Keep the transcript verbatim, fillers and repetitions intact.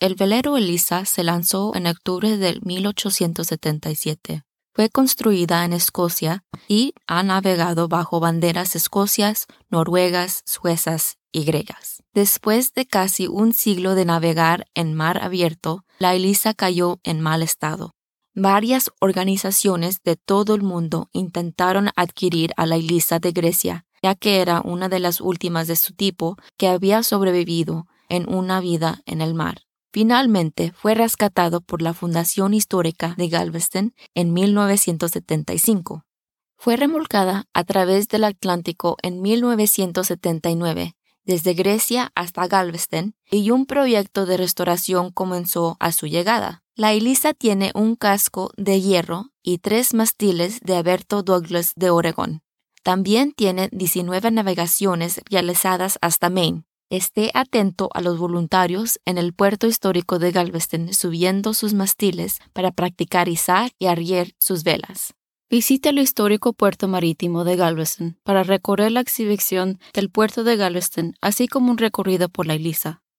El velero Elisa se lanzó en octubre de mil ochocientos setenta y siete. Fue construida en Escocia y ha navegado bajo banderas escocias, noruegas, suezas y griegas. Después de casi un siglo de navegar en mar abierto, la Elisa cayó en mal estado. Varias organizaciones de todo el mundo intentaron adquirir a la Elisa de Grecia, ya que era una de las últimas de su tipo que había sobrevivido en una vida en el mar. Finalmente fue rescatado por la Fundación Histórica de Galveston en mil novecientos setenta y cinco. Fue remolcada a través del Atlántico en mil novecientos setenta y nueve, desde Grecia hasta Galveston, y un proyecto de restauración comenzó a su llegada. La Elisa tiene un casco de hierro y tres mástiles de Alberto Douglas de Oregón. También tiene diecinueve navegaciones realizadas hasta Maine. Esté atento a los voluntarios en el puerto histórico de Galveston subiendo sus mástiles para practicar izar y arriar sus velas. Visite el histórico puerto marítimo de Galveston para recorrer la exhibición del puerto de Galveston, así como un recorrido por la Elisa.